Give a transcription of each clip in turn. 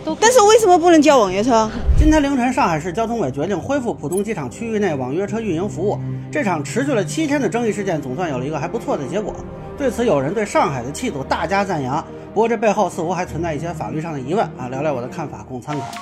但是为什么不能叫网约车？ 今天凌晨，上海市交通委决定恢复浦东机场区域内网约车运营服务。这场持续了7天的争议事件，总算有了一个还不错的结果。对此，有人对上海的气度大加赞扬。不过这背后似乎还存在一些法律上的疑问啊，聊聊我的看法，供参考。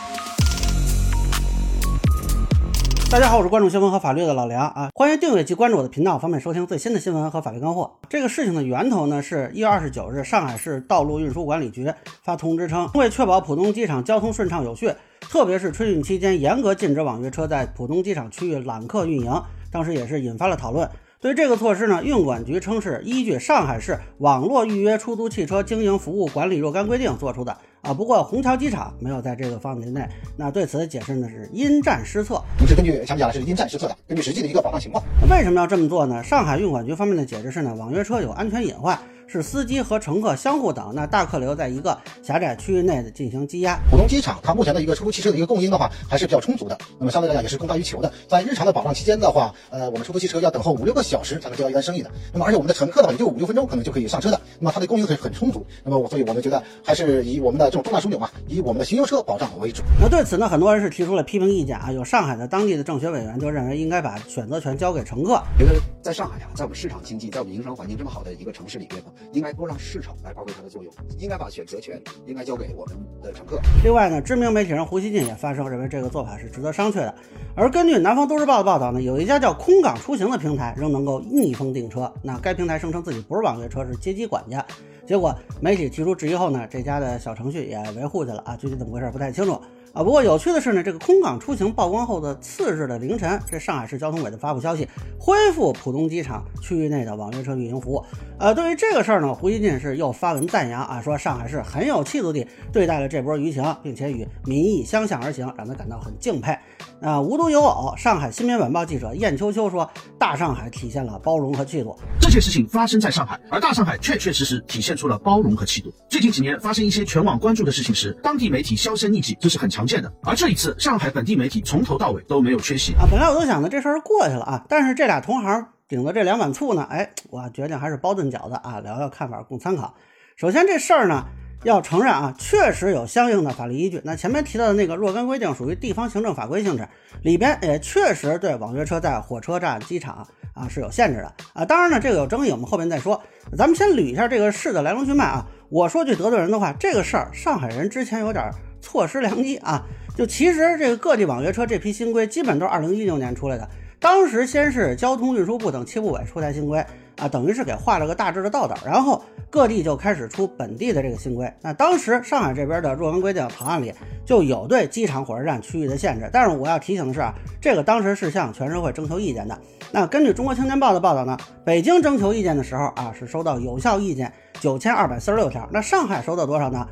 大家好，我是关注新闻和法律的老梁啊，欢迎订阅及关注我的频道，方便收听最新的新闻和法律干货。这个事情的源头呢是1月29日，上海市道路运输管理局发通知称，为确保浦东机场交通顺畅有序，特别是春运期间，严格禁止网约车在浦东机场区域揽客运营。当时也是引发了讨论。对这个措施呢，运管局称是依据上海市网络预约出租汽车经营服务管理若干规定做出的啊。不过虹桥机场没有在这个范围内。那对此的解释呢是因战失策。 我们是根据相比下来是因战失策的，根据实际的一个保障情况。 为什么要这么做呢？上海运管局方面的解释是呢，网约车有安全隐患，是司机和乘客相互等，那大客流在一个狭窄区域内的进行积压。 浦东机场它目前的一个出租汽车的一个供应的话还是比较充足的，那么相对来讲也是供大于求的。在日常的保障期间的话，我们出租汽车要等候5-6个小时才能接到一单生意的。那么而且我们的乘客的话也就5-6分钟可能就可以上车的，那么它的供应很充足。那么所以我们觉得还是以我们的这种重大枢纽嘛，以我们的巡游车保障为主。 那对此呢，很多人是提出了批评意见啊。有上海的当地的政协委员就认为应该把选择权交给乘客。 觉得在上海啊，在我们市场经济，在我们营商环境这么好的一个城市里面呢，应该多让市场来发挥它的作用，应该把选择权应该交给我们的乘客。 另外呢，知名媒体人胡锡进也发声，认为这个做法是值得商榷的。而根据南方都市报的报道呢，有一家叫空港出行的平台仍能够逆风订车。那该平台声称自己不是网约车，是接机管家。结果媒体提出质疑后呢，这家的小程序也维护去了啊，具体怎么回事不太清楚啊。不过有趣的是呢，这个空港出行曝光后的次日的凌晨，这上海市交通委的发布消息，恢复浦东机场区域内的网约车运营服务。对于这个事儿呢，胡锡进是又发文赞扬啊，说上海市很有气度地对待了这波舆情，并且与民意相向而行，让他感到很敬佩。无独有偶，上海新民晚报记者燕秋秋说，大上海体现了包容和气度。 这件事情发生在上海，而大上海确确实实体现出了包容和气度。最近几年发生一些全网关注的事情时，当地媒体销声匿迹，这是很常见的。而这一次，上海本地媒体从头到尾都没有缺席啊。本来我都想着这事儿过去了啊，但是这俩同行顶着这2碗醋呢，我决定还是包顿饺子啊，聊聊看法供参考。首先这事儿呢，要承认啊，确实有相应的法律依据。那前面提到的那个若干规定属于地方行政法规性质，里边也确实对网约车在火车站、机场啊是有限制的啊。当然呢，这个有争议，我们后面再说。咱们先捋一下这个事的来龙去脉啊。我说句得罪人的话，这个事儿上海人之前有点错失良机啊。就其实这个各地网约车这批新规基本都是2016年出来的。当时先是交通运输部等7部委出台新规啊，等于是给画了个大致的道道，然后各地就开始出本地的这个新规。那当时上海这边的若干规定草案里就有对机场、火车站区域的限制，但是我要提醒的是啊，这个当时是向全社会征求意见的。那根据中国青年报的报道呢，北京征求意见的时候啊，是收到有效意见9246条，那上海收到多少呢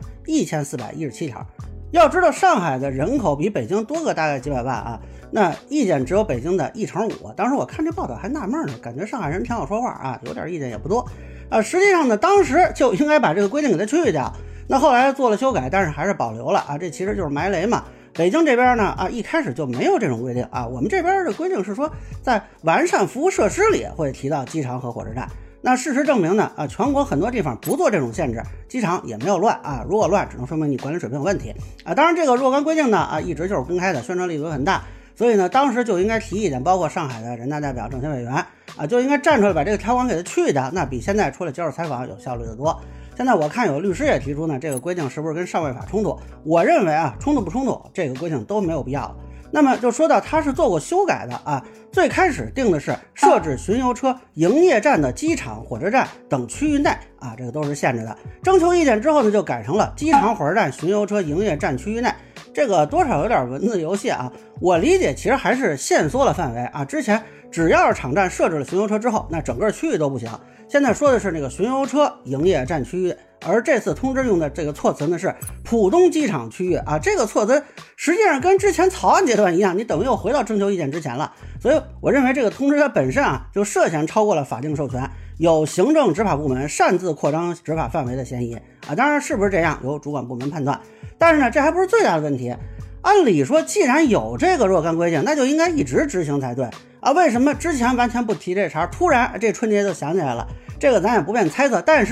？1417条。要知道上海的人口比北京多个大概几百万啊，那意见只有北京的1/5。当时我看这报道还纳闷呢，感觉上海人挺好说话啊，有点意见也不多实际上呢，当时就应该把这个规定给它去掉。那后来做了修改，但是还是保留了啊，这其实就是埋雷嘛。北京这边呢一开始就没有这种规定啊，我们这边的规定是说在完善服务设施里会提到机场和火车站。那事实证明呢全国很多地方不做这种限制，机场也没有乱啊，如果乱只能说明你管理水平有问题当然这个若干规定呢一直就是公开的，宣传力度很大，所以呢当时就应该提意见，包括上海的人大代表、政协委员就应该站出来把这个条款给它去掉，那比现在出来接受采访有效率的多。现在我看有律师也提出呢，这个规定是不是跟上位法冲突？我认为冲突不冲突，这个规定都没有必要。那么就说到它是做过修改的最开始定的是设置巡游车营业站的机场、火车站等区域内这个都是限制的。征求意见之后呢，就改成了机场、火车站、巡游车营业站区域内。这个多少有点文字游戏我理解其实还是限缩了范围之前只要是场站设置了巡游车之后，那整个区域都不行。现在说的是那个巡游车营业站区域，而这次通知用的这个措辞呢是浦东机场区域这个措辞实际上跟之前草案阶段一样，你等于又回到征求意见之前了。所以我认为这个通知它本身就涉嫌超过了法定授权，有行政执法部门擅自扩张执法范围的嫌疑当然是不是这样由主管部门判断。但是呢，这还不是最大的问题。按理说既然有这个若干规定，那就应该一直执行才对为什么之前完全不提这茬，突然这春节就想起来了？这个咱也不便猜测，但是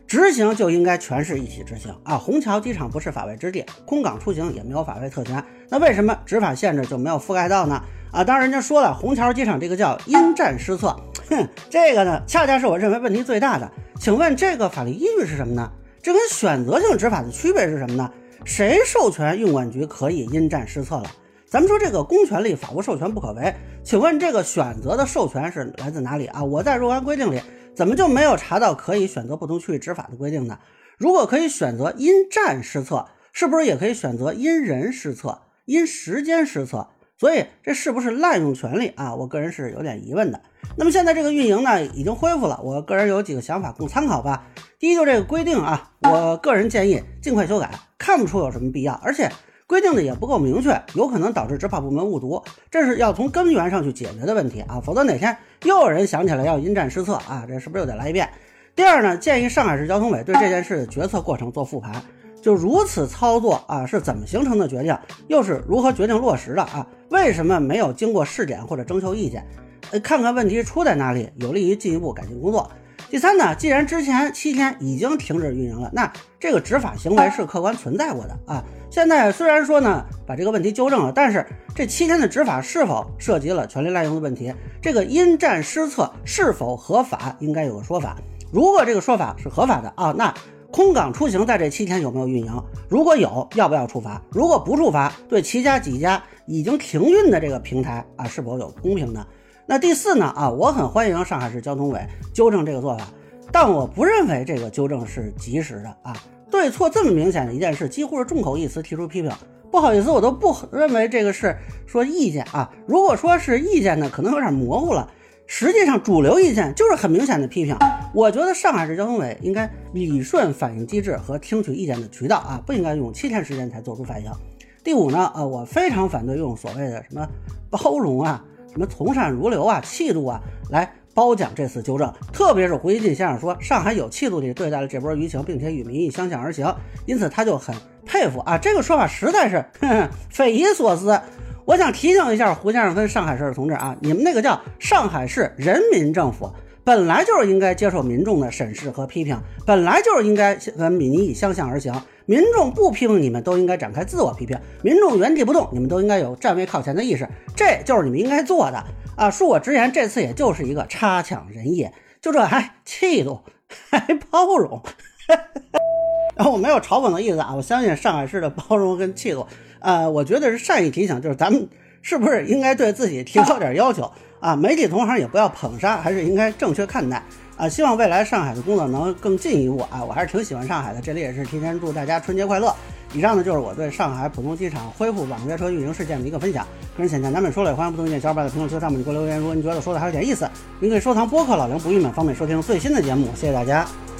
执行就应该全市一起执行啊！虹桥机场不是法外之地，空港出行也没有法外特权，那为什么执法限制就没有覆盖到呢？啊，当然人家说了，虹桥机场这个叫因战施策，这个呢，恰恰是我认为问题最大的。请问这个法律依据是什么呢？这跟选择性执法的区别是什么呢？谁授权运管局可以因战施策了？咱们说这个公权力法无授权不可为，请问这个选择的授权是来自哪里啊？我在若干规定里怎么就没有查到可以选择不同区域执法的规定呢？如果可以选择因战施策，是不是也可以选择因人施策、因时间施策？所以这是不是滥用权力啊？我个人是有点疑问的。那么现在这个运营呢已经恢复了，我个人有几个想法供参考吧。第一，就这个规定啊，我个人建议尽快修改，看不出有什么必要，而且规定的也不够明确，有可能导致执法部门误读，这是要从根源上去解决的问题啊，否则哪天又有人想起来要因战施策啊，这是不是又得来一遍？第二呢，建议上海市交通委对这件事的决策过程做复盘，就如此操作啊是怎么形成的决定，又是如何决定落实的啊？为什么没有经过试点或者征求意见？看看问题出在哪里，有利于进一步改进工作。第三呢，既然之前7天已经停止运营了，那这个执法行为是客观存在过的啊。现在虽然说呢把这个问题纠正了，但是这7天的执法是否涉及了权力滥用的问题？这个因战施策是否合法？应该有个说法。如果这个说法是合法的啊，那空港出行在这7天有没有运营？如果有，要不要处罚？如果不处罚，对几家已经停运的这个平台啊，是否有公平呢？那第四呢啊，我很欢迎上海市交通委纠正这个做法，但我不认为这个纠正是及时的啊。对错这么明显的一件事，几乎是众口一词提出批评。不好意思，我都不认为这个是说意见啊。如果说是意见呢，可能有点模糊了。实际上主流意见就是很明显的批评。我觉得上海市交通委应该理顺反映机制和听取意见的渠道啊，不应该用7天时间才做出反应。第五呢，我非常反对用所谓的什么包容啊、什么从善如流啊、气度啊来褒奖这次纠正，特别是胡锡进先生说上海有气度地对待了这波舆情，并且与民意相向而行，因此他就很佩服啊，这个说法实在是匪夷所思。我想提醒一下胡先生跟上海市的同志啊，你们那个叫上海市人民政府，本来就是应该接受民众的审视和批评，本来就是应该跟民意相向而行。民众不批评你们都应该展开自我批评，民众原地不动你们都应该有站位靠前的意识，这就是你们应该做的啊！恕我直言，这次也就是一个差强人意，就这还气度还包容然后我没有嘲讽的意思啊，我相信上海市的包容跟气度我觉得是善意提醒，就是咱们是不是应该对自己提高点要求啊？媒体同行也不要捧杀，还是应该正确看待啊！希望未来上海的工作能更进一步啊！我还是挺喜欢上海的，这里也是提前祝大家春节快乐。以上呢就是我对上海浦东机场恢复网约车运营事件的一个分享，个人浅见难免说了，也欢迎不同意见小伙伴在评论区弹幕里给我留言。如果你觉得说的还有点意思，您可以收藏播客老梁不郁闷，方便收听最新的节目。谢谢大家。